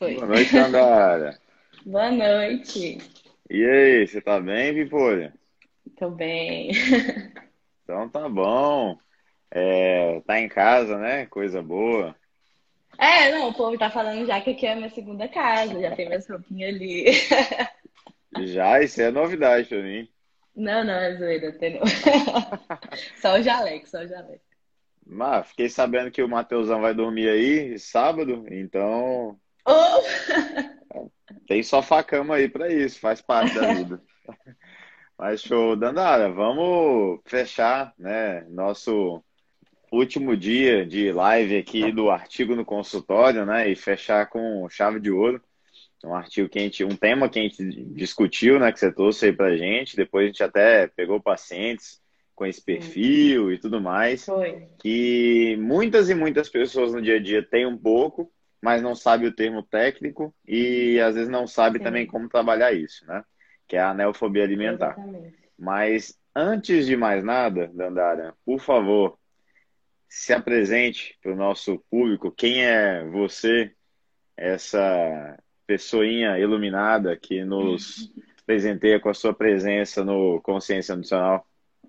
Boa Foi. noite, Dandara. Boa noite. E aí, você tá bem, Pipolha? Tô bem. Então tá bom. Tá em casa, né? Coisa boa. Não, o povo tá falando já que aqui é a minha segunda casa, já tem minhas roupinhas ali. Já, isso é novidade pra mim. Não, não, é zoeira, tem não. Só o jaleco, só o jaleco. Mas fiquei sabendo que o Mateusão vai dormir aí sábado, então Oh! tem sofá-cama aí pra isso, faz parte da vida. Mas show, Dandara, vamos fechar, né? Nosso último dia de live aqui do artigo no consultório, né? E fechar com chave de ouro. Um artigo que a gente, um tema que a gente discutiu, né, que você trouxe aí pra gente, depois a gente até pegou pacientes com esse Sim, perfil e tudo mais, foi. que muitas e muitas pessoas no dia a dia têm um pouco, mas não sabe o termo técnico e às vezes não sabe também Sim, como trabalhar isso, né? Que é a neofobia alimentar. exatamente. Mas antes de mais nada, Dandara, por favor, se apresente para o nosso público. Quem é você, essa pessoinha iluminada que nos presenteia com a sua presença no Consciência Nutricional?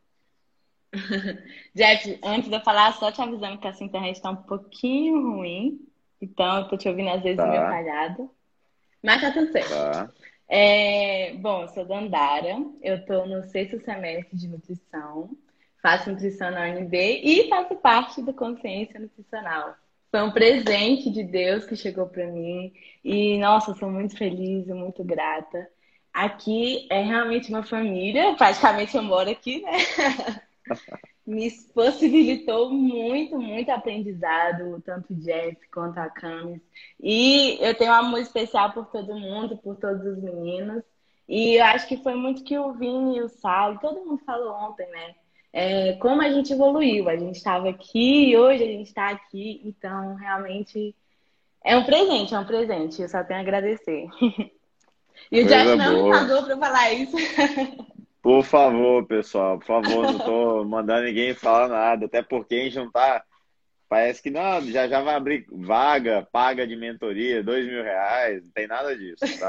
Jeff, antes de eu falar, só te avisando que essa internet tá um pouquinho ruim. Então, eu tô te ouvindo às vezes meio Tá, falhado. Mas tá tudo certo. tá. Bom, eu sou Dandara, eu estou no sexto semestre de nutrição, faço nutrição na UNB e faço parte do Consciência Nutricional. Foi um presente de Deus que chegou para mim e, nossa, eu sou muito feliz e muito grata. Aqui é realmente uma família, praticamente eu moro aqui, né? Me possibilitou muito, muito aprendizado, tanto o Jeff quanto a Camis. E eu tenho um amor especial por todo mundo, por todos os meninos. E eu acho que foi muito que o Vini e o Sal, todo mundo falou ontem, né? Como a gente evoluiu. A gente estava aqui e hoje a gente está aqui. Então, realmente, é um presente, é um presente. Eu só tenho a agradecer. E o Jeff Coisa não me boa. pagou para falar isso. Por favor, pessoal, por favor, não tô mandando ninguém falar nada, até porque a gente não tá. Parece que não, já já vai abrir vaga, paga de mentoria, R$ 2.000, não tem nada disso, tá?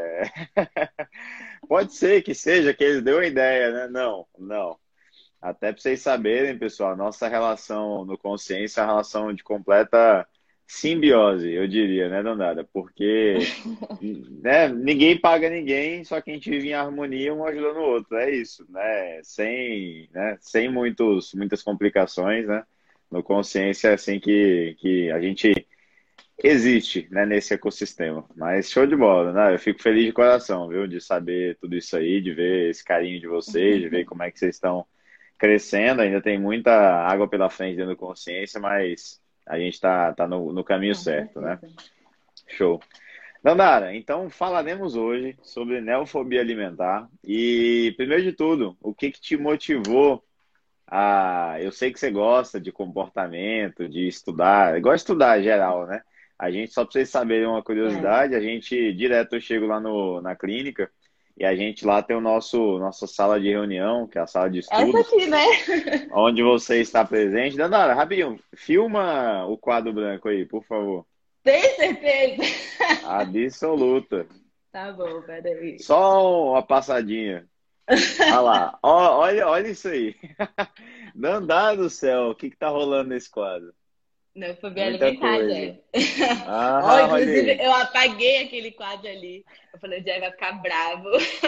Pode ser que seja que eles deu a ideia, né? Não, não. Até para vocês saberem, pessoal, nossa relação no consciência é uma relação de completa simbiose, eu diria, né, Dandara? Porque né, ninguém paga ninguém, só que a gente vive em harmonia, um ajudando o outro. É isso, né? Sem muitas complicações, né? No consciência é assim que a gente existe, né, nesse ecossistema. Mas show de bola, né? Eu fico feliz de coração, viu? De saber tudo isso aí, de ver esse carinho de vocês, de ver como é que vocês estão crescendo, ainda tem muita água pela frente dentro da consciência, mas a gente tá no caminho Com certo, né? certeza. Show. Dandara, então falaremos hoje sobre neofobia alimentar e, primeiro de tudo, o que que te motivou a... Eu sei que você gosta de comportamento, de estudar, gosta de estudar em geral, né? A gente, só para vocês saberem uma É. curiosidade, a gente, direto, eu chego lá na clínica e a gente lá tem nossa sala de reunião, que é a sala de Essa estudos, aqui, né? onde você está presente. Dandara, rapidinho, filma o quadro branco aí, por favor. Tem certeza? Absoluta. Tá bom, peraí. Só uma passadinha. Olha lá. Olha isso aí. Dandara do céu, o que que tá rolando nesse quadro? Não foi bem Muita alimentar, coisa. Jeff. Ó, Ah, olha inclusive, aí. eu apaguei aquele quadro ali. Eu falei, o Jeff vai ficar bravo.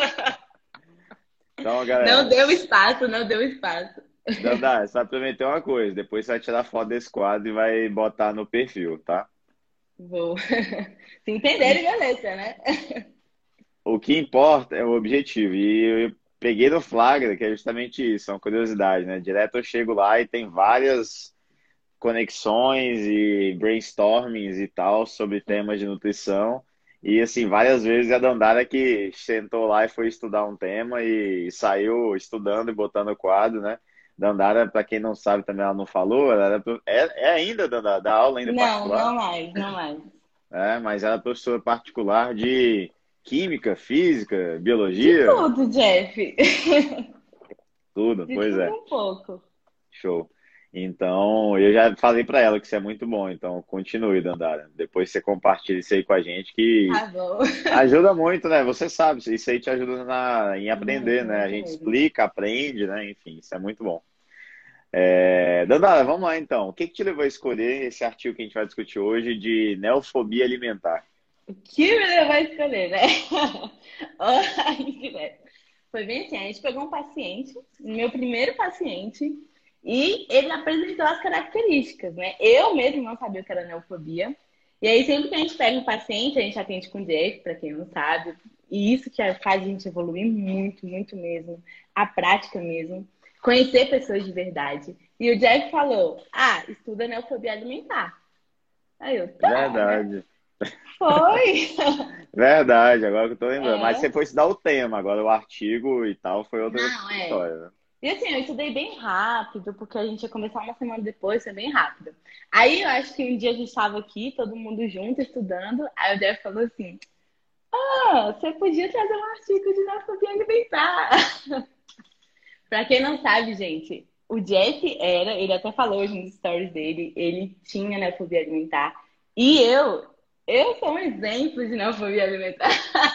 Então, Não galera, deu espaço, não deu espaço. Dandara, você vai prometer uma coisa. Depois você vai tirar foto desse quadro e vai botar no perfil, tá? Vou. Se entenderem, beleza, né? O que importa é o objetivo. E eu peguei no flagra, que é justamente isso, é uma curiosidade, né? Direto eu chego lá e tem várias conexões e brainstormings e tal sobre temas de nutrição. E assim, várias vezes a Dandara que sentou lá e foi estudar um tema e saiu estudando e botando o quadro, né? Dandara, para quem não sabe também, ela não falou, ela é ainda Dandara, dá aula ainda Não, particular, não mais, não mais. mas ela é professora particular de química, física, De biologia, tudo, Jeff. tudo, De pois tudo é, um pouco. show. Então, eu já falei para ela que isso é muito bom. Então, continue, Dandara. Depois você compartilha isso aí com a gente, que Tá bom. ajuda muito, né? Você sabe, isso aí te ajuda em aprender, Muito, né? A muito gente mesmo. explica, aprende, né? Enfim, isso é muito bom. Dandara, vamos lá então. O que que te levou a escolher esse artigo que a gente vai discutir hoje de neofobia alimentar? O que me levou a escolher, né? Ai, direto. Foi bem assim, a gente pegou um paciente, meu primeiro paciente, e ele apresentou as características, né? Eu mesmo não sabia o que era neofobia. E aí, sempre que a gente pega um paciente, a gente atende com Jeff, para quem não sabe. E isso que faz a gente evoluir muito, muito mesmo. A prática mesmo. Conhecer pessoas de verdade. E o Jeff falou: Ah, estuda neofobia alimentar. Aí eu, tá, né? Verdade. Foi. Verdade, agora que eu tô lembrando. Mas você É. foi estudar o tema, agora o artigo e tal foi outra Não, é. história, né? E assim, eu estudei bem rápido, porque a gente ia começar uma semana depois, foi bem rápido. Aí eu acho que um dia a gente estava aqui, todo mundo junto, estudando. Aí o Jeff falou assim: Ah, você podia trazer um artigo de neofobia alimentar. Pra quem não sabe, gente, o Jeff ele até falou hoje nos stories dele, ele tinha neofobia alimentar. E eu sou um exemplo de neofobia alimentar.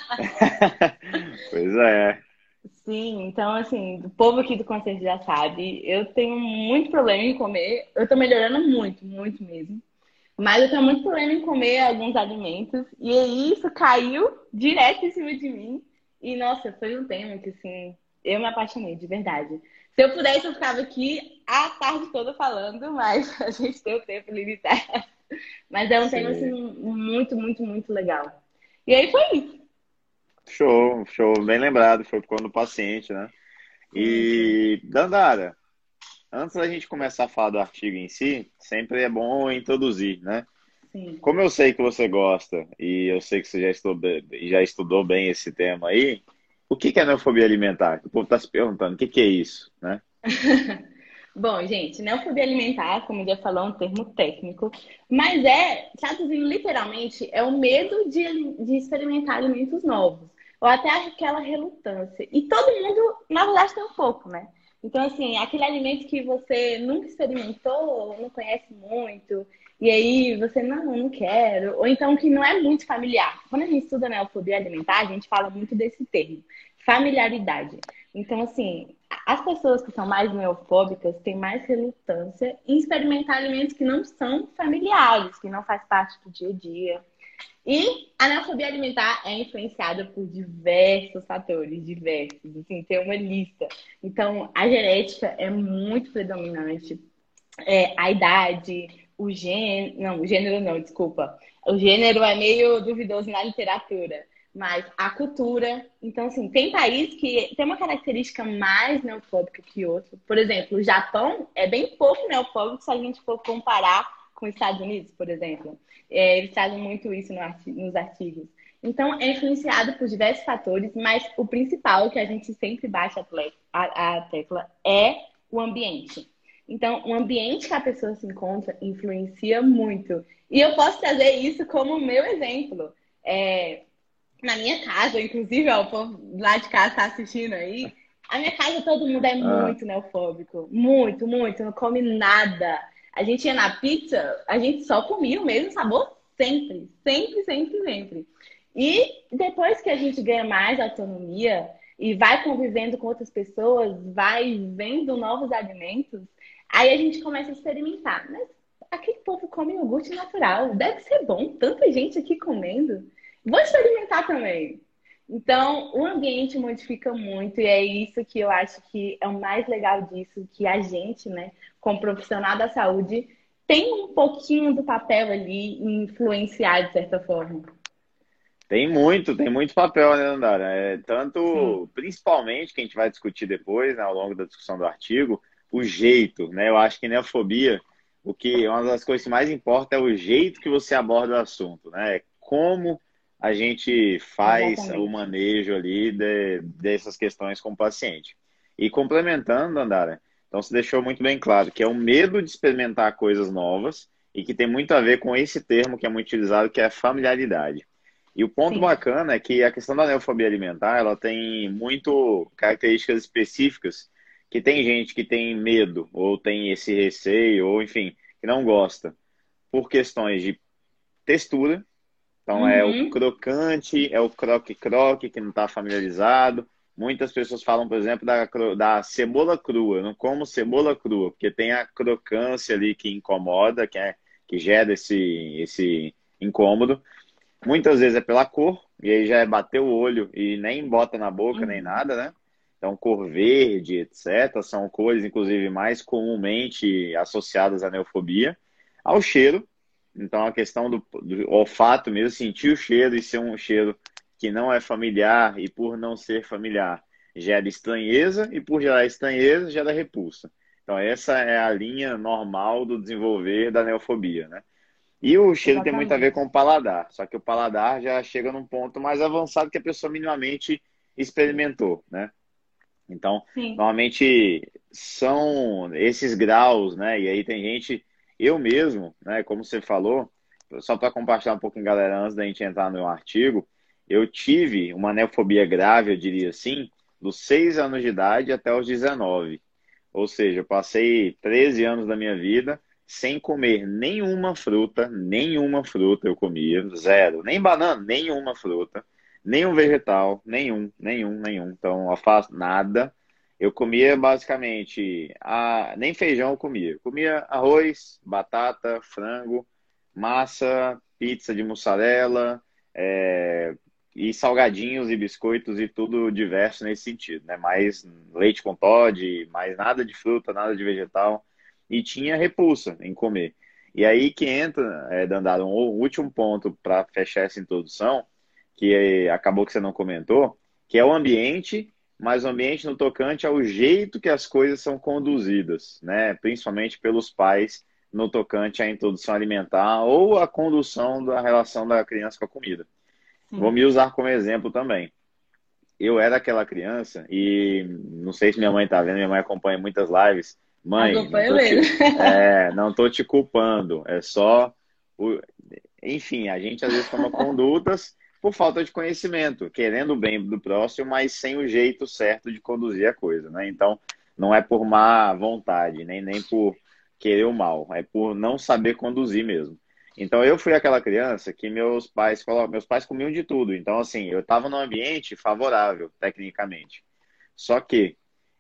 Pois é. Sim, então assim, o povo aqui do Conselho já sabe, eu tenho muito problema em comer, eu tô melhorando muito, muito mesmo. Mas eu tenho muito problema em comer alguns alimentos, e aí isso caiu direto em cima de mim. E nossa, foi um tema que assim, eu me apaixonei, de verdade. Se eu pudesse, eu ficava aqui a tarde toda falando, mas a gente tem o tempo limitado. Mas é um tema assim, Sim. muito, muito, muito legal. E aí foi isso. Show, show. Bem lembrado, foi quando o paciente, né? Sim, sim, E, Dandara, antes da gente começar a falar do artigo em si, sempre é bom introduzir, né? sim. Como eu sei que você gosta e eu sei que você já estudou bem esse tema aí, o que que é neofobia alimentar? O povo está se perguntando, o que que é isso, né? Bom, gente, neofobia alimentar, como já falou, é um termo técnico, mas traduzindo literalmente, é o medo de experimentar alimentos novos, ou até aquela relutância. E todo mundo, na verdade, tem um pouco, né? Então, assim, aquele alimento que você nunca experimentou, não conhece muito, e aí você, não quero, ou então que não é muito familiar. Quando a gente estuda neofobia alimentar, a gente fala muito desse termo, familiaridade. Então, assim, as pessoas que são mais neofóbicas têm mais relutância em experimentar alimentos que não são familiares, que não faz parte do dia a dia. E a neofobia alimentar é influenciada por diversos fatores, diversos, assim, tem uma lista. Então, a genética é muito predominante, a idade, o gênero não, desculpa. O gênero é meio duvidoso na literatura, mas a cultura. Então, assim, tem país que tem uma característica mais neofóbica que outro. Por exemplo, o Japão é bem pouco neofóbico se a gente for comparar com os Estados Unidos, por exemplo. Eles trazem muito isso nos artigos. Então, é influenciado por diversos fatores, mas o principal que a gente sempre baixa a tecla é o ambiente. Então, o ambiente que a pessoa se encontra influencia muito. E eu posso trazer isso como meu exemplo. É, na minha casa, inclusive, ó, o povo lá de casa está assistindo aí. A minha casa, todo mundo é Ah, muito neofóbico. Muito, muito. Não come nada. A gente ia na pizza, a gente só comia o mesmo sabor sempre. Sempre, sempre, sempre. E depois que a gente ganha mais autonomia e vai convivendo com outras pessoas, vai vendo novos alimentos, aí a gente começa a experimentar. Mas aquele povo come iogurte natural. Deve ser bom. Tanta gente aqui comendo. Vou experimentar também. Então, o ambiente modifica muito, e é isso que eu acho que é o mais legal disso, que a gente, né, como profissional da saúde, tem um pouquinho do papel ali em influenciar de certa forma. tem muito papel, né, Dandara? Sim, Principalmente, que a gente vai discutir depois, né, ao longo da discussão do artigo, o jeito, né? Eu acho que neofobia, uma das coisas que mais importa é o jeito que você aborda o assunto, né? Como a gente faz o exatamente. manejo ali dessas questões com o paciente. E complementando, Dandara, então você deixou muito bem claro que é o medo de experimentar coisas novas e que tem muito a ver com esse termo que é muito utilizado, que é a familiaridade. E o ponto Sim, bacana é que a questão da neofobia alimentar, ela tem muito características específicas que tem gente que tem medo, ou tem esse receio, ou enfim, que não gosta, por questões de textura. Então é o Uhum. crocante, é o croque-croque que não está familiarizado. Muitas pessoas falam, por exemplo, da cebola crua. Eu não como cebola crua, porque tem a crocância ali que incomoda, que gera esse incômodo. Muitas vezes é pela cor, e aí já é bater o olho e nem bota na boca nem Uhum. nada, né? Então, cor verde, etc., são cores, inclusive, mais comumente associadas à neofobia. Ao cheiro, então a questão do olfato mesmo, sentir o cheiro e ser um cheiro que não é familiar, e por não ser familiar, gera estranheza, e por gerar estranheza, gera repulsa. Então, essa é a linha normal do desenvolver da neofobia, né? E o cheiro tem muito a ver Exatamente. com o paladar, só que o paladar já chega num ponto mais avançado que a pessoa minimamente experimentou, né? Então, Sim. normalmente são esses graus, né? E aí tem gente, eu mesmo, né? Como você falou, só para compartilhar um pouquinho, galera, antes da gente entrar no artigo, eu tive uma neofobia grave, eu diria assim, dos 6 anos de idade até os 19. Ou seja, eu passei 13 anos da minha vida sem comer nenhuma fruta eu comia, zero, nem banana, nenhuma fruta, nenhum vegetal, nenhum. Então, alface, nada. Eu comia basicamente, nem feijão eu comia. Eu comia arroz, batata, frango, massa, pizza de mussarela, é, e salgadinhos e biscoitos e tudo diverso nesse sentido, né? Mais leite com Toddy, mais nada de fruta, nada de vegetal. E tinha repulsa em comer. E aí que entra, Dandara, um último ponto para fechar essa introdução, que acabou que você não comentou, que é o ambiente, mas o ambiente no tocante ao jeito que as coisas são conduzidas, né? Principalmente pelos pais no tocante à introdução alimentar ou à condução da relação da criança com a comida. Vou Sim. me usar como exemplo também. Eu era aquela criança e não sei se minha mãe tá vendo, minha mãe acompanha muitas lives. Mãe, Acompanho mesmo. não tô te culpando, é só o, enfim, a gente às vezes toma condutas por falta de conhecimento, querendo o bem do próximo, mas sem o jeito certo de conduzir a coisa, né? Então, não é por má vontade, nem por querer o mal, é por não saber conduzir mesmo. Então, eu fui aquela criança que meus pais comiam de tudo. Então, assim, eu estava num ambiente favorável, tecnicamente. Só que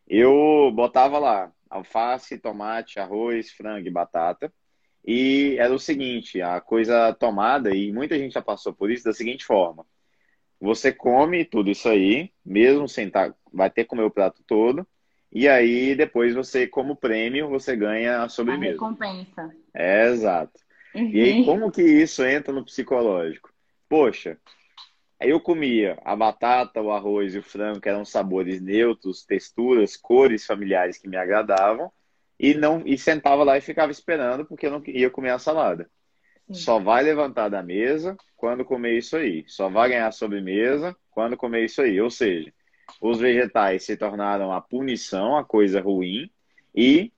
eu botava lá alface, tomate, arroz, frango e batata. E era o seguinte, a coisa tomada, e muita gente já passou por isso, da seguinte forma: você come tudo isso aí, mesmo sem estar, vai ter que comer o prato todo, e aí depois você, como prêmio, você ganha a A sobremesa. recompensa. É exato. E aí, Uhum. como que isso entra no psicológico? Poxa, aí eu comia a batata, o arroz e o frango, que eram sabores neutros, texturas, cores familiares que me agradavam, e sentava lá e ficava esperando porque eu não ia comer a salada. Sim. Só vai levantar da mesa quando comer isso aí. Só vai ganhar sobremesa quando comer isso aí. Ou seja, os vegetais se tornaram a punição, a coisa ruim, e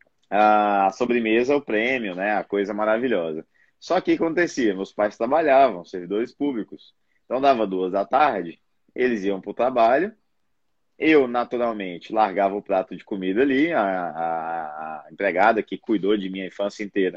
a sobremesa, o prêmio, né? A coisa maravilhosa. Só que o que acontecia? Meus pais trabalhavam, servidores públicos. Então dava 2 da tarde, eles iam para o trabalho, eu naturalmente largava o prato de comida ali, a empregada que cuidou de minha infância inteira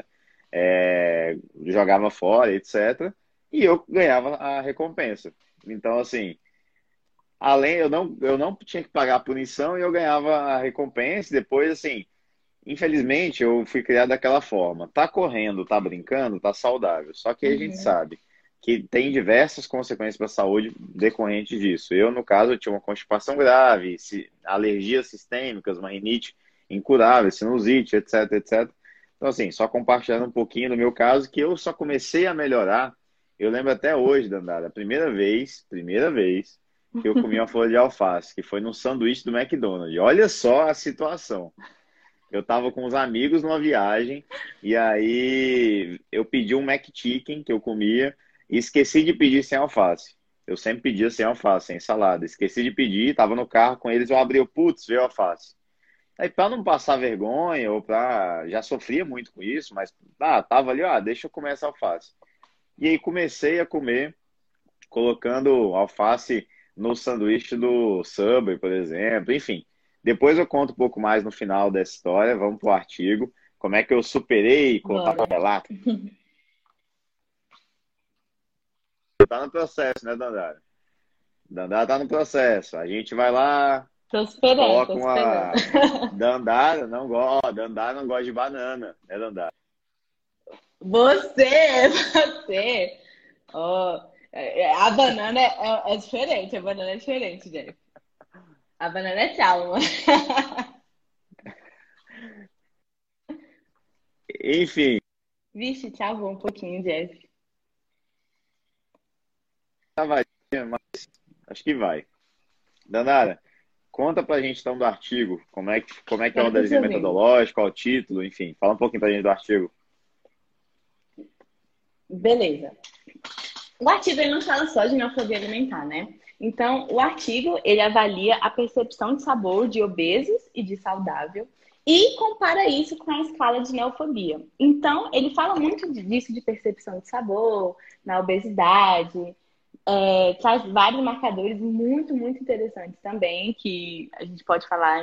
jogava fora, etc. E eu ganhava a recompensa. Então, assim, além, eu não tinha que pagar a punição e eu ganhava a recompensa. Depois, assim, infelizmente, eu fui criado daquela forma. Tá correndo, tá brincando, tá saudável. Só que a gente Uhum. sabe que tem diversas consequências para a saúde decorrentes disso. Eu, no caso, eu tinha uma constipação grave, alergias sistêmicas, uma rinite incurável, sinusite, etc, etc. Então, assim, só compartilhando um pouquinho do meu caso, que eu só comecei a melhorar. Eu lembro até hoje, Dandara, a primeira vez que eu comi uma folha de alface, que foi num sanduíche do McDonald's. Olha só a situação. Eu tava com os amigos numa viagem e aí eu pedi um McChicken que eu comia e esqueci de pedir sem alface. Eu sempre pedia sem alface, sem salada. Esqueci de pedir, tava no carro com eles, eu abri o putz, veio alface. Aí para não passar vergonha ou para já sofria muito com isso, mas tava ali, deixa eu comer essa alface. E aí comecei a comer colocando alface no sanduíche do Subway, por exemplo, enfim. Depois eu conto um pouco mais no final dessa história. Vamos pro artigo. Como é que eu superei colocar Bora. papelada? Tá no processo, né, Dandara? Dandara tá no processo. A gente vai lá, Tô esperando, coloca tô esperando. uma. Dandara não gosta de banana, né, Dandara? Você! Ó, a banana é diferente, a banana é diferente, Jeff. A banana é tchau. Enfim, Vixe, travou um pouquinho, Jeff. tá, vai, mas acho que vai. Dandara, conta pra gente então do artigo. Como é que é o Agora eu tô te desenho ouvindo. metodológico, qual o título, enfim. Fala um pouquinho pra gente do artigo. Beleza. O artigo ele não fala só de neofobia alimentar, né? Então, o artigo ele avalia a percepção de sabor de obesos e de saudável e compara isso com a escala de neofobia. Então, ele fala muito disso de percepção de sabor, na obesidade, traz vários marcadores muito interessantes também, que a gente pode falar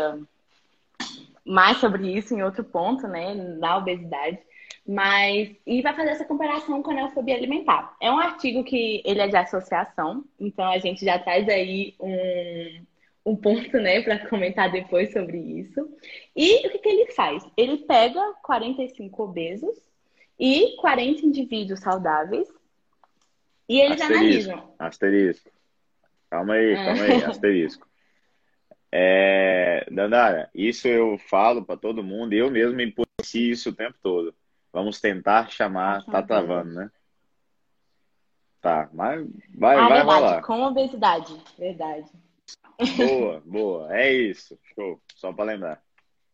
mais sobre isso em outro ponto, né, na obesidade. E vai fazer essa comparação com a neofobia alimentar. É um artigo que ele é de associação, então a gente já traz aí um ponto, né, para comentar depois sobre isso. E o que ele faz? Ele pega 45 obesos e 40 indivíduos saudáveis e eles Asterisco, analisam. asterisco. Calma aí, asterisco. Dandara, isso eu falo para todo mundo, e eu mesmo me policio isso o tempo todo. Vamos tentar chamar, Nossa tá vida. travando, né? Tá, mas vai, Ah, vai verdade, rolar. com obesidade. Verdade. Boa, boa, é isso. Show, só para lembrar.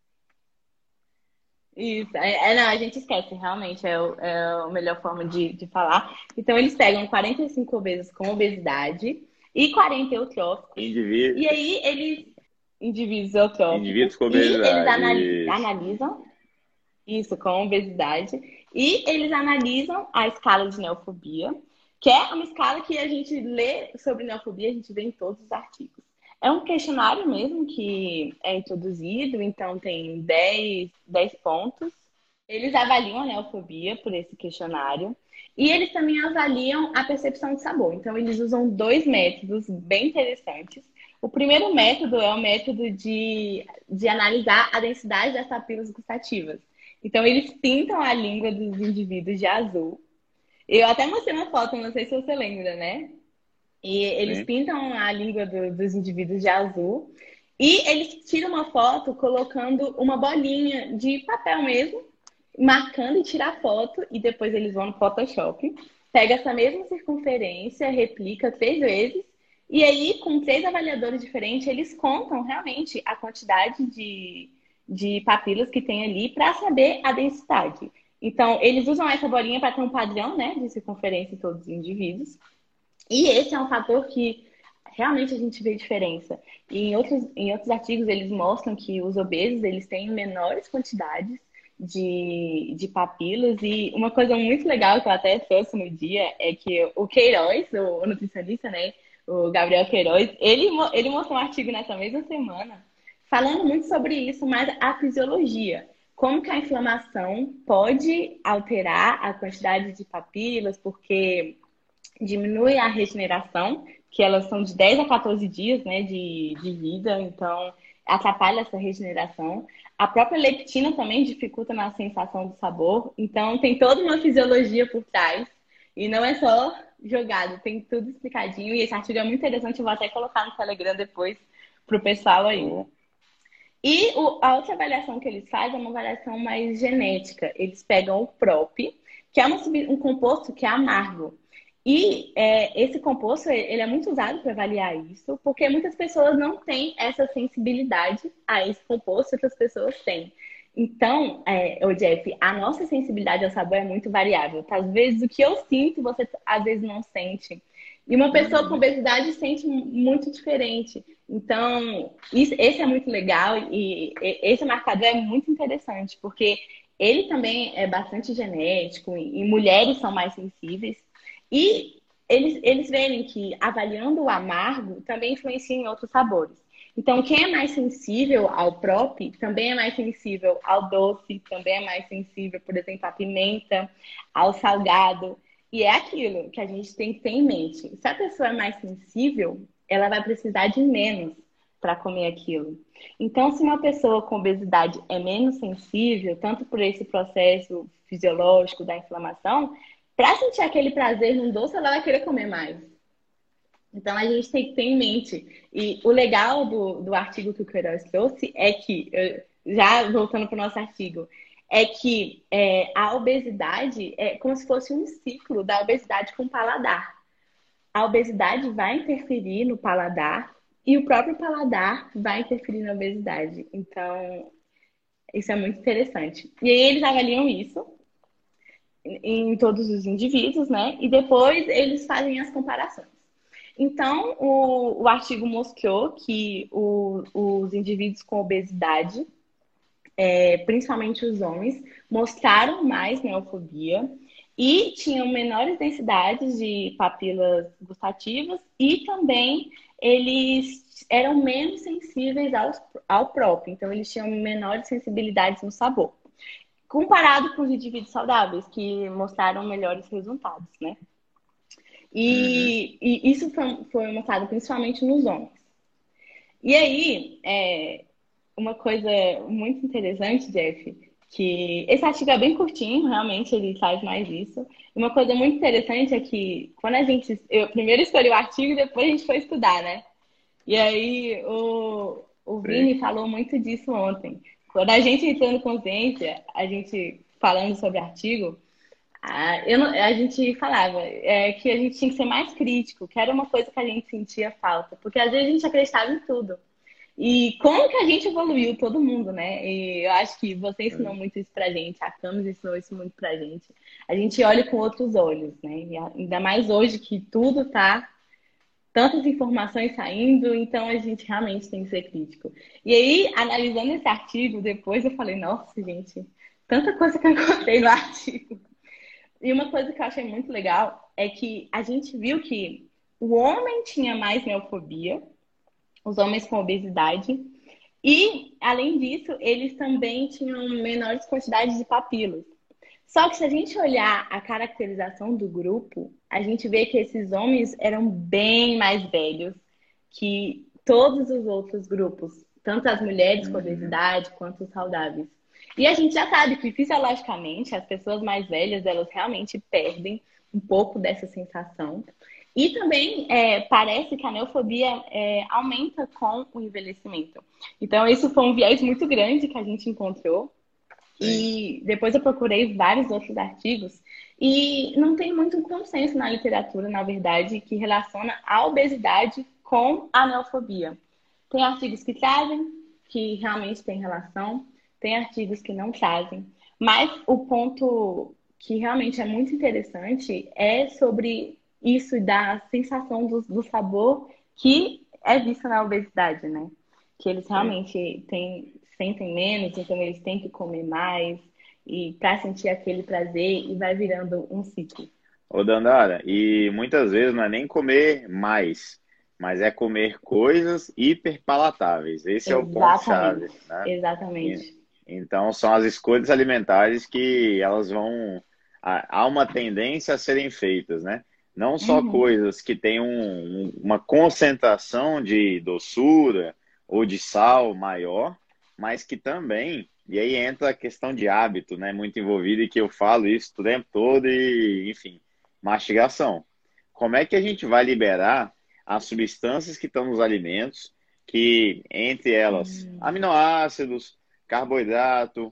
Isso, não, a gente esquece, realmente, é a melhor forma de falar. Então, eles pegam 45 obesos com obesidade e 40 eutróficos, e Indiví- aí indivíduos eutróficos, Indivíduos com e eles obesidade, isso. analisam isso com obesidade, e eles analisam a escala de neofobia, que é uma escala que a gente lê sobre neofobia, a gente vê em todos os artigos. É um questionário mesmo que é introduzido, então tem 10 pontos. Eles avaliam a neofobia por esse questionário. E eles também avaliam a percepção de sabor. Então, eles usam dois métodos bem interessantes. O primeiro método é o método de analisar a densidade das papilas gustativas. Então, eles pintam a língua dos indivíduos de azul. Eu até mostrei uma foto, não sei se você lembra, né? E eles Sim. pintam a língua dos indivíduos de azul. E eles tiram uma foto colocando uma bolinha de papel mesmo, marcando e tirar a foto. E depois eles vão no Photoshop, pega essa mesma circunferência, replica 3 vezes. E aí, com 3 avaliadores diferentes, eles contam realmente a quantidade de papilas que tem ali para saber a densidade. Então, eles usam essa bolinha para ter um padrão, né, de circunferência em todos os indivíduos. E esse é um fator que realmente a gente vê diferença. E em outros artigos, eles mostram que os obesos eles têm menores quantidades de papilas. E uma coisa muito legal que eu até trouxe no dia é que o Queiroz, o nutricionista, né, o Gabriel Queiroz, ele mostrou um artigo nessa mesma semana falando muito sobre isso, mas a fisiologia. Como que a inflamação pode alterar a quantidade de papilas, porque diminui a regeneração, que elas são de 10 a 14 dias, né, de vida, então atrapalha essa regeneração. A própria leptina também dificulta na sensação do sabor, então tem toda uma fisiologia por trás, e não é só jogado, tem tudo explicadinho, e esse artigo é muito interessante, eu vou até colocar no Telegram depois pro pessoal aí. Boa. E a outra avaliação que eles fazem é uma avaliação mais genética. Eles pegam o PROP, que é um composto que é amargo. E esse composto ele é muito usado para avaliar isso, porque muitas pessoas não têm essa sensibilidade a esse composto, outras pessoas têm. Então, o Jeff, a nossa sensibilidade ao sabor é muito variável. Tá? Às vezes o que eu sinto, você às vezes não sente. E uma pessoa com Uhum. obesidade sente muito diferente. Então, esse é muito legal e esse marcador é muito interessante, porque ele também é bastante genético e mulheres são mais sensíveis. E eles veem que avaliando o amargo também influencia em outros sabores. Então, quem é mais sensível ao PROP também é mais sensível ao doce, também é mais sensível, por exemplo, à pimenta, ao salgado. E é aquilo que a gente tem que ter em mente. Se a pessoa é mais sensível, ela vai precisar de menos para comer aquilo. Então, se uma pessoa com obesidade é menos sensível, tanto por esse processo fisiológico da inflamação, para sentir aquele prazer no doce, ela vai querer comer mais. Então, a gente tem que ter em mente. E o legal do artigo que o Queiroz trouxe é que, já voltando para o nosso artigo, é que a obesidade é como se fosse um ciclo da obesidade com o paladar. A obesidade vai interferir no paladar e o próprio paladar vai interferir na obesidade. Então, isso é muito interessante. E aí eles avaliam isso em todos os indivíduos, né? E depois eles fazem as comparações. Então, o artigo mostrou que os indivíduos com obesidade, principalmente os homens, mostraram mais neofobia e tinham menores densidades de papilas gustativas e também eles eram menos sensíveis ao próprio. Então, eles tinham menores sensibilidades no sabor. Comparado com os indivíduos saudáveis, que mostraram melhores resultados, né? Uhum. E isso foi mostrado principalmente nos homens. E aí, uma coisa muito interessante, Jeff, que esse artigo é bem curtinho, realmente ele faz mais isso. E uma coisa muito interessante é que quando eu primeiro escolhi o artigo e depois a gente foi estudar, né? E aí o Sim. Vini falou muito disso ontem. Quando a gente entrou no Consciência, a gente falando sobre artigo, a gente falava que a gente tinha que ser mais crítico, que era uma coisa que a gente sentia falta, porque às vezes a gente acreditava em tudo. E como que a gente evoluiu, todo mundo, né? E eu acho que você ensinou Sim. muito isso pra gente, a Camis ensinou isso muito pra gente. A gente olha com outros olhos, né? E ainda mais hoje que tudo tá, tantas informações saindo, então a gente realmente tem que ser crítico. E aí, analisando esse artigo, depois eu falei, nossa, gente, tanta coisa que eu encontrei no artigo. E uma coisa que eu achei muito legal é que a gente viu que o homem tinha mais neofobia, os homens com obesidade, e, além disso, eles também tinham menores quantidades de papilas. Só que se a gente olhar a caracterização do grupo, a gente vê que esses homens eram bem mais velhos que todos os outros grupos, tanto as mulheres com Uhum. obesidade quanto os saudáveis. E a gente já sabe que fisiologicamente as pessoas mais velhas elas realmente perdem um pouco dessa sensação. E também parece que a neofobia aumenta com o envelhecimento. Então, isso foi um viés muito grande que a gente encontrou. Sim. E depois eu procurei vários outros artigos. E não tem muito consenso na literatura, na verdade, que relaciona a obesidade com a neofobia. Tem artigos que trazem, que realmente tem relação, tem artigos que não trazem. Mas o ponto que realmente é muito interessante é sobre isso da sensação do sabor que é vista na obesidade, né? Que eles Sim. realmente sentem menos, então eles têm que comer mais e para sentir aquele prazer e vai virando um ciclo. Ô, Dandara, e muitas vezes não é nem comer mais, mas é comer coisas hiperpalatáveis. Esse é o Exatamente, ponto-chave, né? E- exatamente. Então, são as escolhas alimentares que elas vão. Há uma tendência a serem feitas, né? Não só Uhum. coisas que têm uma concentração de doçura ou de sal maior, mas que também. E aí entra a questão de hábito, né? Muito envolvida, e que eu falo isso o tempo todo, e, enfim, mastigação. Como é que a gente vai liberar as substâncias que estão nos alimentos, que entre elas Hum. aminoácidos, carboidrato,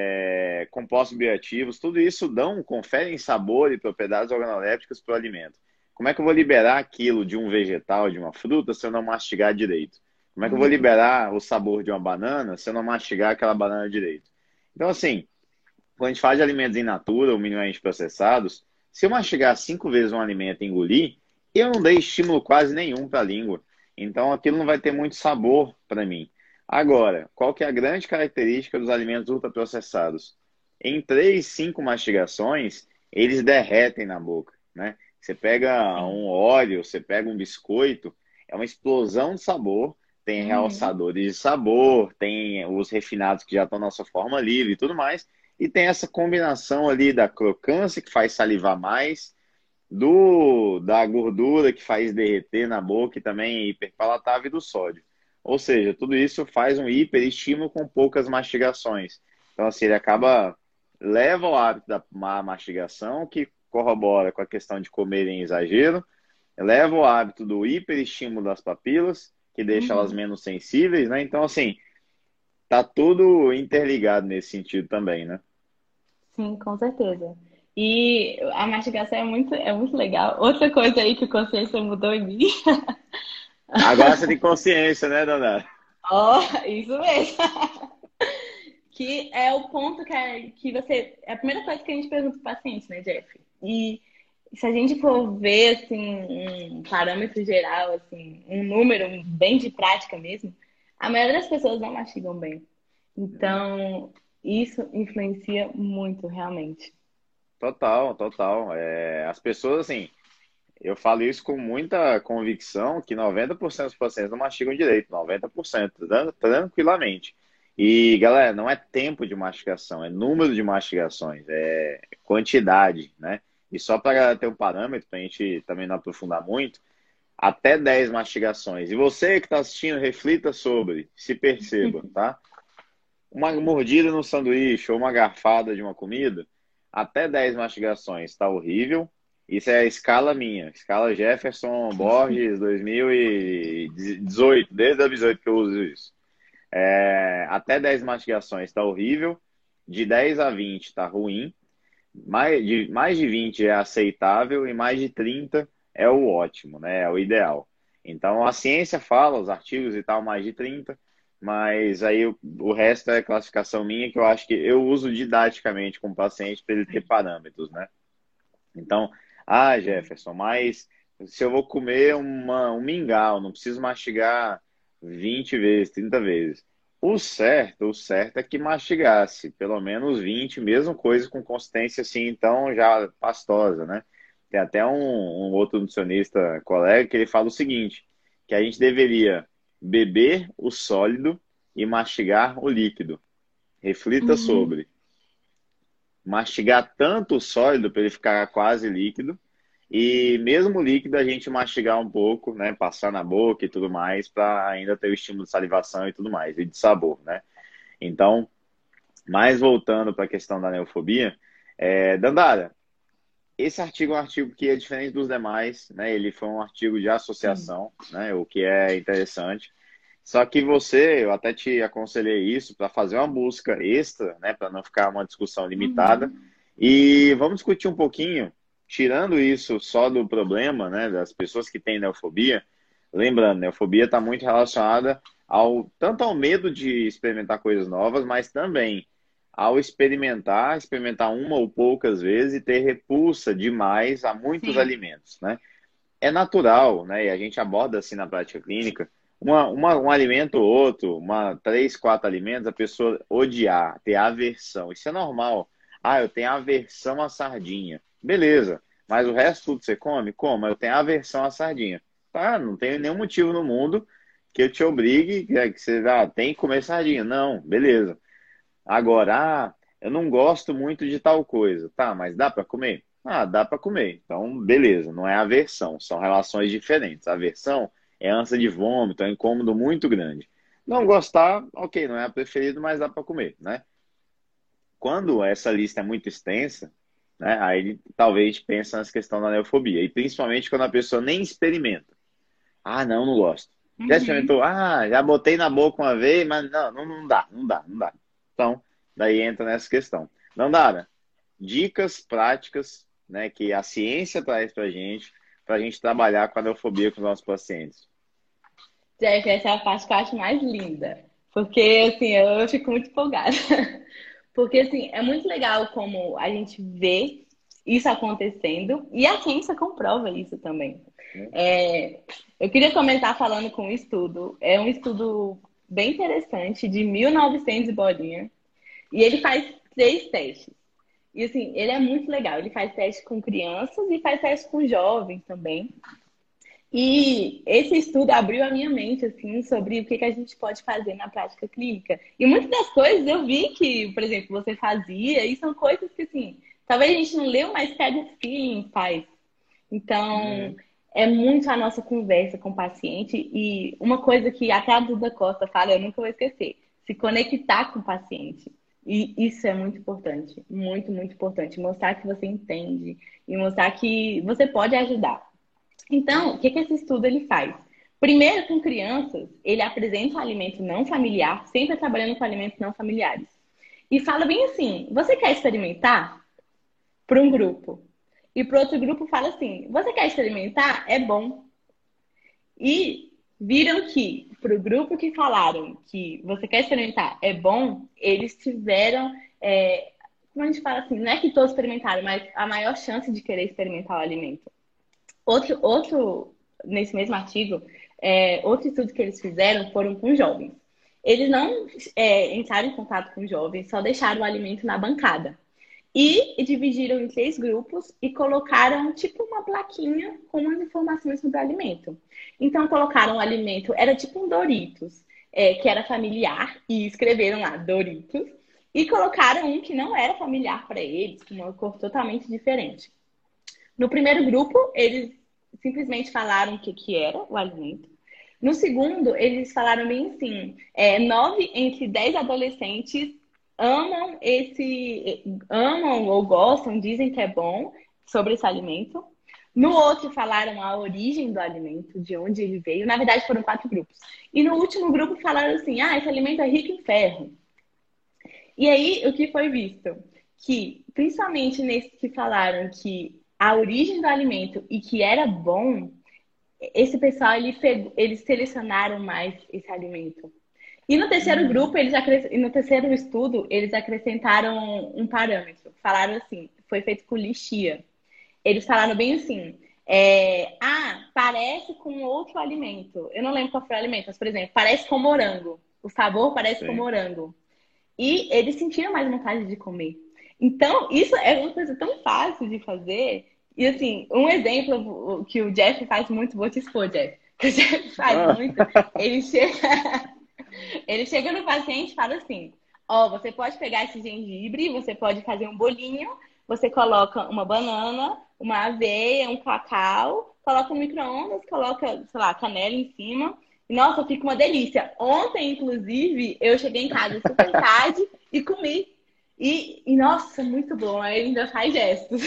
compostos bioativos, tudo isso conferem sabor e propriedades organolépticas para o alimento. Como é que eu vou liberar aquilo de um vegetal, de uma fruta, se eu não mastigar direito? Como é que eu vou Uhum. liberar o sabor de uma banana se eu não mastigar aquela banana direito? Então, assim, quando a gente fala de alimentos in natura ou minimamente processados, se eu mastigar 5 vezes um alimento e engolir, eu não dei estímulo quase nenhum para a língua. Então aquilo não vai ter muito sabor para mim. Agora, qual que é a grande característica dos alimentos ultraprocessados? Em 3, 5 mastigações, eles derretem na boca, né? Você pega Sim. um óleo, você pega um biscoito, é uma explosão de sabor, tem Uhum. realçadores de sabor, tem os refinados que já estão na sua forma livre e tudo mais. E tem essa combinação ali da crocância que faz salivar mais, da gordura que faz derreter na boca e também é hiperpalatável e do sódio. Ou seja, tudo isso faz um hiperestímulo com poucas mastigações. Então, assim, ele acaba, leva ao hábito da má mastigação, que corrobora com a questão de comer em exagero, leva ao hábito do hiperestímulo das papilas, que deixa elas Uhum. menos sensíveis, né? Então, assim, tá tudo interligado nesse sentido também, né? Sim, com certeza. E a mastigação é muito legal. Outra coisa aí que o consciência mudou em mim. Agora você tem consciência, né, dona? Ó, isso mesmo. Que é o ponto que você. É a primeira coisa que a gente pergunta para o paciente, né, Jeff? E se a gente for ver, assim, um parâmetro geral, assim, um número bem de prática mesmo, a maioria das pessoas não mastigam bem. Então, isso influencia muito, realmente. Total, total. As pessoas, assim, eu falo isso com muita convicção, que 90% dos pacientes não mastigam direito, 90%, tranquilamente. E, galera, não é tempo de mastigação, é número de mastigações, é quantidade, né? E só para ter um parâmetro, para a gente também não aprofundar muito, até 10 mastigações. E você que está assistindo, reflita sobre, se perceba, tá? Uma mordida no sanduíche ou uma garfada de uma comida, até 10 mastigações, tá horrível. Isso é a escala minha, escala Jefferson Borges 2018, desde 2018 que eu uso isso. Até 10 mastigações tá horrível, de 10 a 20 tá ruim, mais de 20 é aceitável e mais de 30 é o ótimo, né? É o ideal. Então a ciência fala, os artigos e tal, mais de 30, mas aí o resto é classificação minha que eu acho que eu uso didaticamente com o paciente para ele ter parâmetros, né? Então, Jefferson, mas se eu vou comer um mingau, não preciso mastigar 20 vezes, 30 vezes. O certo é que mastigasse pelo menos 20, mesmo coisa com consistência assim, então já pastosa, né? Tem até um outro nutricionista colega que ele fala o seguinte, que a gente deveria beber o sólido e mastigar o líquido. Reflita Uhum. sobre mastigar tanto o sólido para ele ficar quase líquido, e mesmo líquido a gente mastigar um pouco, né, passar na boca e tudo mais, para ainda ter o estímulo de salivação e tudo mais, e de sabor, né? Então, mais voltando para a questão da neofobia, Dandara, esse artigo é um artigo que é diferente dos demais, né? Ele foi um artigo de Sim. associação, né? O que é interessante. Só que você, eu até te aconselhei isso para fazer uma busca extra, né? Para não ficar uma discussão limitada. Uhum. E vamos discutir um pouquinho, tirando isso só do problema, né? Das pessoas que têm neofobia. Lembrando, neofobia está muito relacionada tanto ao medo de experimentar coisas novas, mas também ao experimentar uma ou poucas vezes e ter repulsa demais a muitos Sim. alimentos, né? É natural, né? E a gente aborda assim na prática clínica, um alimento ou outro, três, quatro alimentos, a pessoa odiar, ter aversão. Isso é normal. Eu tenho aversão à sardinha. Beleza. Mas o resto tudo você come? Como? Eu tenho aversão à sardinha. Tá, não tem nenhum motivo no mundo que eu te obrigue que você tem que comer sardinha. Não, beleza. Agora, eu não gosto muito de tal coisa. Tá, mas dá para comer? Dá para comer. Então, beleza, não é aversão, são relações diferentes. Aversão é ânsia de vômito, é um incômodo muito grande. Não gostar, ok, não é a preferida, mas dá para comer, né? Quando essa lista é muito extensa, né, aí talvez a gente pense nessa questão da neofobia. E principalmente quando a pessoa nem experimenta. Não, não gosto. Já Uhum. experimentou? Já botei na boca uma vez, mas não dá, não dá, não dá. Então, daí entra nessa questão. Não dá, dicas práticas, né, que a ciência traz pra gente trabalhar com a neofobia com os nossos pacientes. Jeff, essa é a parte que eu acho mais linda. Porque, assim, eu fico muito empolgada. Porque, assim, é muito legal como a gente vê isso acontecendo e a ciência comprova isso também. Né? É, eu queria começar falando com um estudo. É um estudo bem interessante, de 1900 e bolinha. E ele faz 3 testes. E, assim, ele é muito legal. Ele faz teste com crianças e faz teste com jovens também. E esse estudo abriu a minha mente, assim, sobre o que que a gente pode fazer na prática clínica. E muitas das coisas eu vi que, por exemplo, você fazia, e são coisas que, assim, talvez a gente não leu, mas que a gut feeling faz. Então, Uhum. é muito a nossa conversa com o paciente. E uma coisa que até a Duda Costa fala, eu nunca vou esquecer, se conectar com o paciente. E isso é muito importante, muito, muito importante. Mostrar que você entende e mostrar que você pode ajudar. Então, o que que esse estudo ele faz? Primeiro, com crianças, ele apresenta o alimento não familiar, sempre trabalhando com alimentos não familiares. E fala bem assim: você quer experimentar? Para um grupo. E para outro grupo fala assim: você quer experimentar? É bom. E viram que, para o grupo que falaram que você quer experimentar é bom, eles tiveram. Como a gente fala assim, não é que todos experimentaram, mas a maior chance de querer experimentar o alimento. Nesse mesmo artigo, outro estudo que eles fizeram foram com jovens. Eles não entraram em contato com jovens, só deixaram o alimento na bancada. E dividiram em 3 grupos e colocaram tipo uma plaquinha com as informações sobre o alimento. Então colocaram o alimento, era tipo um Doritos, que era familiar, e escreveram lá Doritos, e colocaram um que não era familiar para eles, com uma cor totalmente diferente. No primeiro grupo, eles simplesmente falaram o que, que era o alimento. No segundo, eles falaram bem assim: 9 entre 10 adolescentes amam ou gostam, dizem que é bom sobre esse alimento. No outro, falaram a origem do alimento, de onde ele veio. Na verdade, foram 4 grupos. E no último grupo, falaram assim: esse alimento é rico em ferro. E aí, o que foi visto? Que, principalmente nesses que falaram que a origem do alimento e que era bom, esse pessoal, eles selecionaram mais esse alimento. E no terceiro Uhum. grupo, e no terceiro estudo, eles acrescentaram um parâmetro. Falaram assim, foi feito com lixia. Eles falaram bem assim, parece com outro alimento. Eu não lembro qual foi o alimento, mas, por exemplo, parece com morango. O sabor parece com Sim. morango. E eles sentiram mais vontade de comer. Então, isso é uma coisa tão fácil de fazer. E, assim, um exemplo que o Jeff faz muito, vou te expor, Jeff. Que o Jeff faz Ah, muito. Ele chega, ele chega no paciente e fala assim: ó, você pode pegar esse gengibre, você pode fazer um bolinho, você coloca uma banana, uma aveia, um cacau, coloca no micro-ondas, coloca, sei lá, canela em cima. Nossa, fica uma delícia. Ontem, inclusive, eu cheguei em casa super tarde e comi. Nossa, muito bom. Aí ele ainda faz gestos.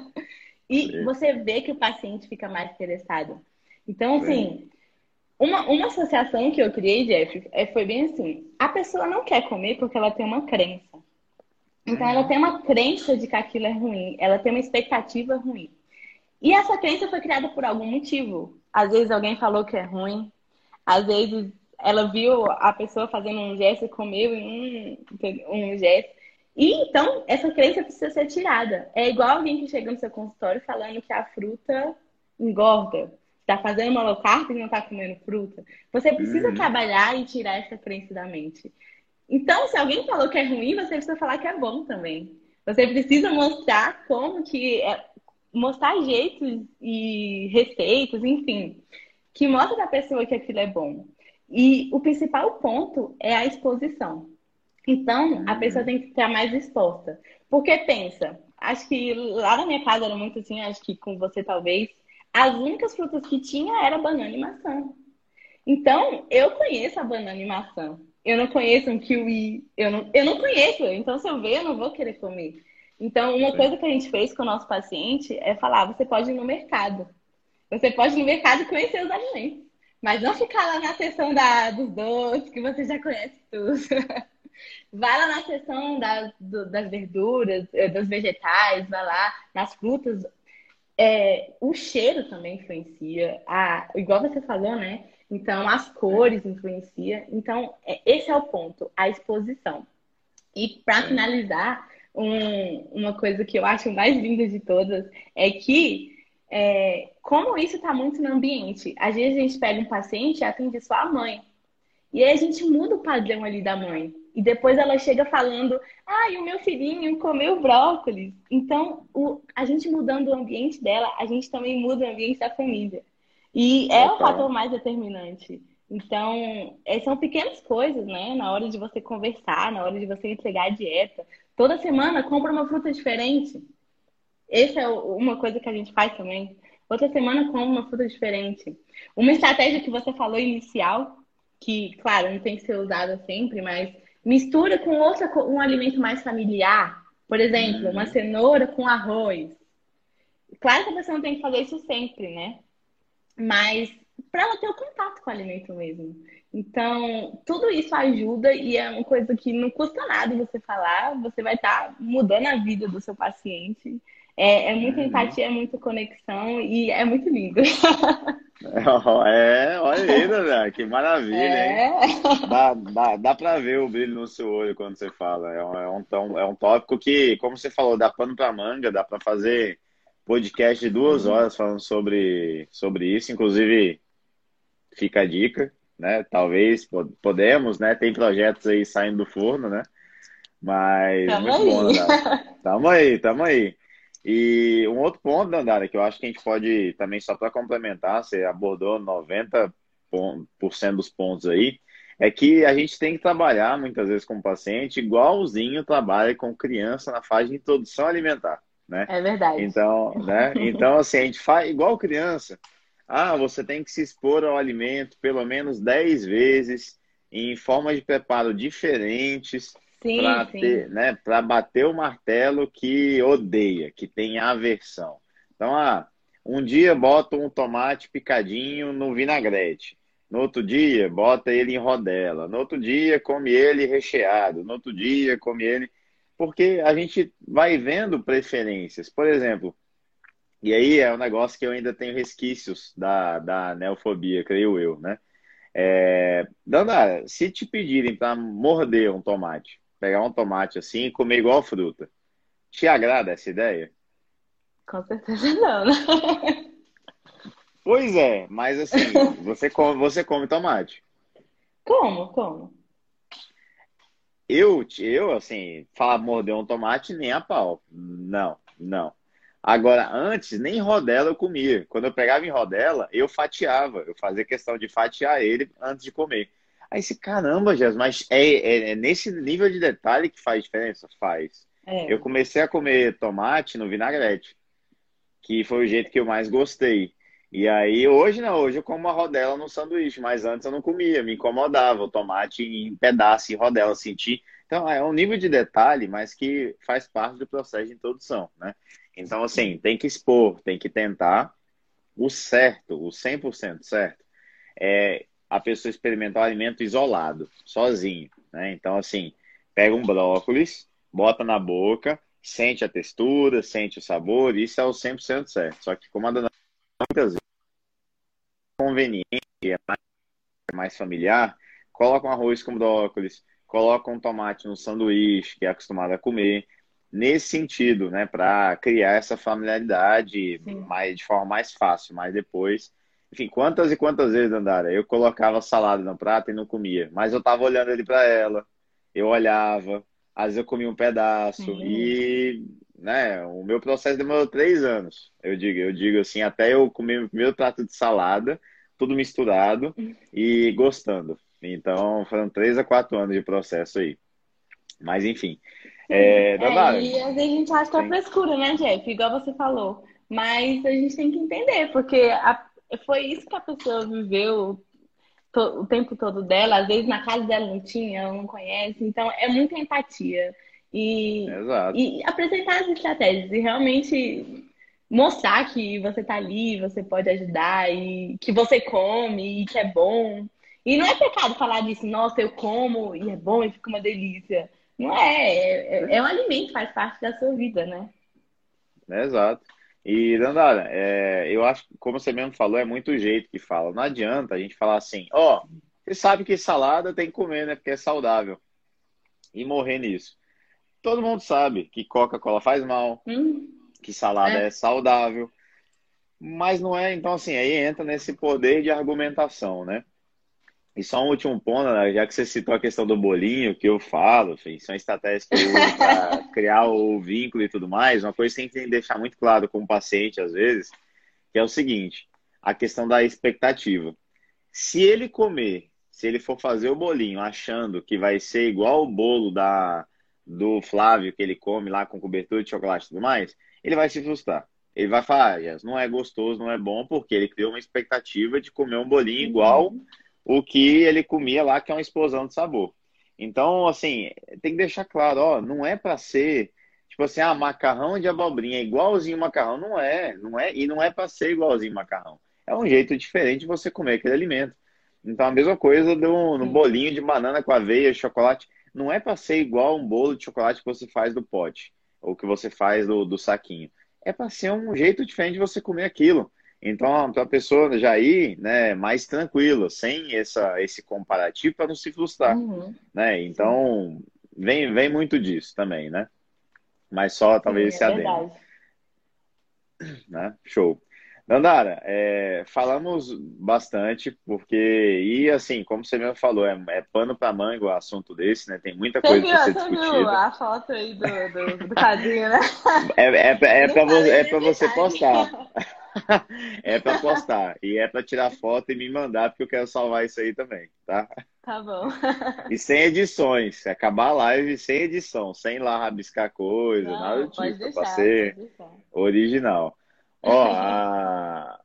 E sim, você vê que o paciente fica mais interessado. Então, sim. assim, uma associação que eu criei, Jeff, foi bem assim: a pessoa não quer comer porque ela tem uma crença. Então, ela Uhum. tem uma crença de que aquilo é ruim, ela tem uma expectativa ruim. E essa crença foi criada por algum motivo. Às vezes alguém falou que é ruim, às vezes ela viu a pessoa fazendo um gesto e comeu em um gesto. E então, essa crença precisa ser tirada. É igual alguém que chega no seu consultório falando que a fruta engorda. Está fazendo uma low carb e não está comendo fruta. Você precisa Uhum. trabalhar e tirar essa crença da mente. Então, se alguém falou que é ruim, você precisa falar que é bom também. Você precisa mostrar como que mostrar jeitos e receitas, enfim, que mostra para a pessoa que aquilo é bom. E o principal ponto é a exposição. Então, a pessoa Uhum. tem que estar mais exposta. Porque pensa, acho que lá na minha casa era muito assim, acho que com você talvez, as únicas frutas que tinha era banana e maçã. Então, eu conheço a banana e maçã. Eu não conheço um kiwi. Eu não conheço. Então, se eu ver, eu não vou querer comer. Então, uma Sim. coisa que a gente fez com o nosso paciente é falar: você pode ir no mercado. Você pode ir no mercado e conhecer os alimentos. Mas não ficar lá na seção dos doces, que você já conhece tudo. Vai lá na seção das verduras, dos vegetais, vai lá nas frutas. O cheiro também influencia, igual você falou, né? Então, as Sim. cores influenciam. Então, esse é o ponto, a exposição. E para Sim. finalizar, uma coisa que eu acho mais linda de todas é que, como isso está muito no ambiente, às vezes a gente pega um paciente e atende só a mãe. E aí a gente muda o padrão ali da mãe. E depois ela chega falando: e o meu filhinho comeu brócolis. Então, a gente mudando o ambiente dela, a gente também muda o ambiente da família. E é o Total. fator mais determinante. Então, são pequenas coisas, né? Na hora de você conversar, na hora de você entregar a dieta. Toda semana compra uma fruta diferente. Essa é uma coisa que a gente faz também. Outra semana come uma fruta diferente. Uma estratégia que você falou inicial, que, claro, não tem que ser usada sempre, mas mistura com um alimento mais familiar. Por exemplo, uma Uhum. cenoura com arroz. Claro que você não tem que fazer isso sempre, né? Mas para ela ter o contato com o alimento mesmo. Então, tudo isso ajuda e é uma coisa que não custa nada você falar, você vai estar mudando a vida do seu paciente. É muita Uhum. empatia, é muita conexão e é muito lindo. Olha aí, Dandara, que maravilha, hein? É. Dá pra ver o brilho no seu olho quando você fala. É um tópico que, como você falou, dá pano pra manga, dá pra fazer podcast de 2 horas Sim. falando sobre isso. Inclusive, fica a dica, né? Talvez podemos, né? Tem projetos aí saindo do forno, né? Mas Tamo muito bom, aí. Dandara. Tamo aí, tamo aí. E um outro ponto, Dandara, que eu acho que a gente pode também, só para complementar, você abordou 90% dos pontos aí, é que a gente tem que trabalhar muitas vezes com o paciente igualzinho trabalha com criança na fase de introdução alimentar, né? É verdade. Então, assim, a gente faz igual criança. Ah, você tem que se expor ao alimento pelo menos 10 vezes, em formas de preparo diferentes, Sim, para sim. ter, né, para bater o martelo que odeia, que tem aversão. Então, um dia bota um tomate picadinho no vinagrete. No outro dia, bota ele em rodela. No outro dia, come ele recheado. No outro dia, come ele. Porque a gente vai vendo preferências. Por exemplo, e aí é um negócio que eu ainda tenho resquícios da neofobia, creio eu, né? Dandara, se te pedirem para morder um tomate, pegar um tomate assim e comer igual fruta, te agrada essa ideia? Com certeza não, né? Pois é, mas assim, você come tomate. Como? Como? Assim, falar morder um tomate nem a pau. Não, não. Agora, antes, nem rodela eu comia. Quando eu pegava em rodela, eu fatiava. Eu fazia questão de fatiar ele antes de comer. Aí, esse caramba, Jess, mas é nesse nível de detalhe que faz diferença? Faz. Eu É. comecei a comer tomate no vinagrete, que foi o jeito que eu mais gostei. E aí, hoje não, hoje eu como a rodela no sanduíche, mas antes eu não comia, me incomodava o tomate em pedaço, em rodela, senti. Então, é um nível de detalhe, mas que faz parte do processo de introdução, né? Então, assim, tem que expor, tem que tentar. O certo, o 100% certo, é a pessoa experimentar o alimento isolado, sozinho, né? Então, assim, pega um brócolis, bota na boca, sente a textura, sente o sabor, isso é o 100% certo. Só que, como a dona muitas vezes é conveniente, é mais familiar, coloca um arroz com brócolis, coloca um tomate no sanduíche, que é acostumado a comer, nesse sentido, né, para criar essa familiaridade Sim. mais, de forma mais fácil, mas depois, enfim, quantas e quantas vezes, Andara, eu colocava salada no prato e não comia, mas eu tava olhando ele para ela, eu olhava, às vezes eu comia um pedaço Sim. e, né, o meu processo demorou 3 anos, eu digo assim, até eu comer o primeiro prato de salada, tudo misturado e gostando. Então, foram 3 a 4 anos de processo aí. Mas, enfim. Sim, Dandara, e às vezes a gente acha que é sim, frescura, né, Jeff? Igual você falou. Mas a gente tem que entender, porque foi isso que a pessoa viveu o tempo todo dela. Às vezes na casa dela não tinha, ela não conhece. Então é muita empatia. E, exato. e apresentar as estratégias e realmente mostrar que você tá ali, você pode ajudar e que você come e que é bom. E não é pecado falar disso, nossa, eu como e é bom e fica uma delícia. Não é um alimento, faz parte da sua vida, né? Exato. E, Dandara, eu acho que, como você mesmo falou, é muito jeito que fala. Não adianta a gente falar assim, ó, você sabe que salada tem que comer, né? Porque é saudável. E morrer nisso. Todo mundo sabe que Coca-Cola faz mal, Hum, que salada é é, saudável, mas não é. Então, assim, aí entra nesse poder de argumentação, né? E só um último ponto, né, já que você citou a questão do bolinho, que eu falo, enfim, são estratégias que eu uso para criar o vínculo e tudo mais. Uma coisa que tem que deixar muito claro com o paciente, às vezes, que é o seguinte: a questão da expectativa. Se ele comer, se ele for fazer o bolinho achando que vai ser igual o bolo do Flávio que ele come lá com cobertura de chocolate e tudo mais, ele vai se frustrar. Ele vai falar, ah, Jess, não é gostoso, não é bom, porque ele criou uma expectativa de comer um bolinho igual Uhum. o que ele comia lá, que é uma explosão de sabor. Então, assim, tem que deixar claro, ó, não é para ser, tipo assim, ah, macarrão de abobrinha, igualzinho macarrão. Não é, e não é para ser igualzinho macarrão. É um jeito diferente de você comer aquele alimento. Então, a mesma coisa no Sim. bolinho de banana com aveia, chocolate. Não é para ser igual um bolo de chocolate que você faz do pote, ou que você faz do saquinho. É para ser um jeito diferente de você comer aquilo. Então, para a pessoa já ir, né, mais tranquila, sem esse comparativo, para não se frustrar, Uhum. né? Sim. Então, vem muito disso também, né? Mas só Sim, talvez é esse adendo, verdade. né? Show. Dandara, falamos bastante, porque, e assim, como você mesmo falou, é pano para manga o assunto desse, né? Tem muita coisa para ser Você viu discutida. a foto aí do quadrinho, né? Eu não É falei para nem você metade. postar. É para postar. E é para tirar foto e me mandar, porque eu quero salvar isso aí também, tá? Tá bom. E sem edições. Acabar a live sem edição, sem lá rabiscar coisa, nada do Não, pode tipo. É para deixar, pode ser deixar. original. Ó, a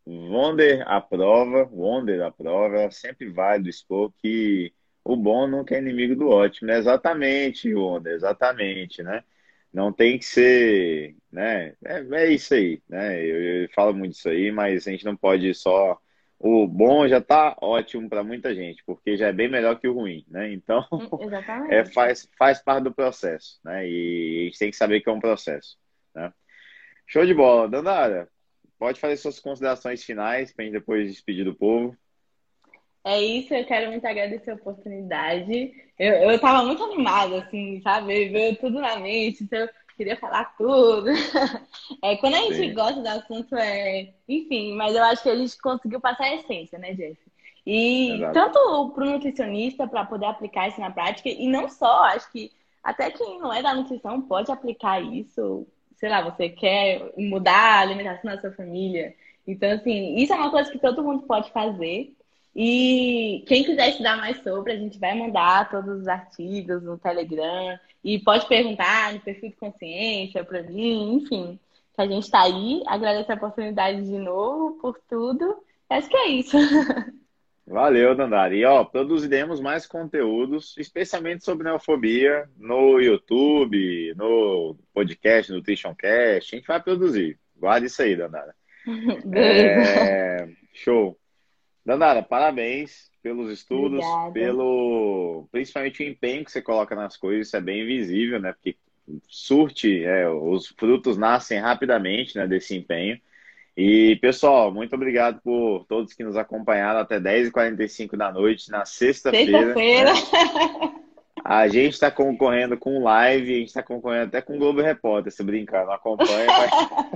Wonder aprova, ela sempre vale expor que o bom nunca é inimigo do ótimo, né? Exatamente, Wonder, exatamente, né? Não tem que ser, né? É isso aí, né? Eu falo muito isso aí, mas a gente não pode só. O bom já tá ótimo para muita gente, porque já é bem melhor que o ruim, né? Então, Exatamente. faz parte do processo, né? E a gente tem que saber que é um processo, né? Show de bola. Dandara, pode fazer suas considerações finais para a gente depois despedir do povo. É isso, eu quero muito agradecer a oportunidade. Eu tava muito animada, assim, sabe? Veio tudo na mente, então eu queria falar tudo. Quando a gente Sim, gosta do assunto, enfim, mas eu acho que a gente conseguiu passar a essência, né, Jeff? E exato. tanto para o nutricionista, para poder aplicar isso na prática, e não só, acho que até quem não é da nutrição pode aplicar isso. Sei lá, você quer mudar a alimentação da sua família. Então, assim, isso é uma coisa que todo mundo pode fazer. E quem quiser estudar mais sobre, a gente vai mandar todos os artigos no Telegram. E pode perguntar no perfil de consciência para mim, enfim. Que a gente está aí. Agradeço a oportunidade de novo por tudo. Acho que é isso. Valeu, Dandara. E ó, produziremos mais conteúdos, especialmente sobre neofobia, no YouTube, no podcast, no Nutritioncast. A gente vai produzir. Guarda isso aí, Dandara. Beleza. Show. Dandara, parabéns pelos estudos, Obrigada. principalmente o empenho que você coloca nas coisas, isso é bem visível, né? Porque surte, os frutos nascem rapidamente, né, desse empenho. E, pessoal, muito obrigado por todos que nos acompanharam até 10h45 da noite, na sexta-feira, Sexta-feira. né? A gente está concorrendo com live, a gente está concorrendo até com o Globo Repórter, se brincar, não acompanha, mas,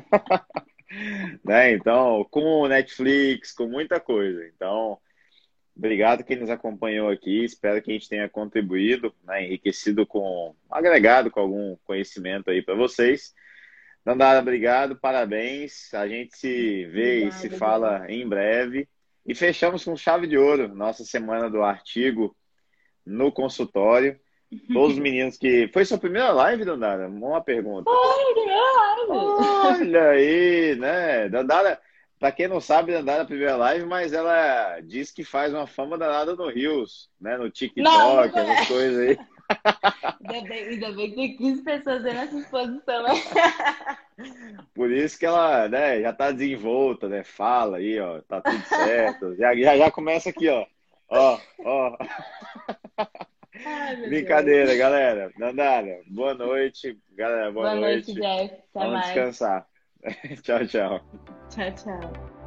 né? Então, com o Netflix, com muita coisa. Então, obrigado quem nos acompanhou aqui. Espero que a gente tenha contribuído, né, enriquecido agregado com algum conhecimento aí para vocês. Dandara, obrigado, parabéns. A gente se vê e se Obrigada, Jeff. fala em breve. E fechamos com chave de ouro nossa semana do artigo no consultório. Todos os meninos que. Foi sua primeira live, Dandara? Uma pergunta. Oi, live. Olha aí, né? Dandara, para quem não sabe, Dandara é a primeira live, mas ela diz que faz uma fama danada no Rios, né? No Não, não TikTok, essas é. coisas aí. Ainda bem que tem 15 pessoas vendo essa exposição, né? Por isso que ela, né, já tá desenvolta, né? Fala aí, ó, tá tudo certo. Já começa aqui, ó. Ó, ó. Ai, meu Deus. Brincadeira, galera. Dandara, boa noite. Galera, boa Boa noite, noite. Jeff. Até Vamos mais. descansar. Tchau, tchau. Tchau, tchau.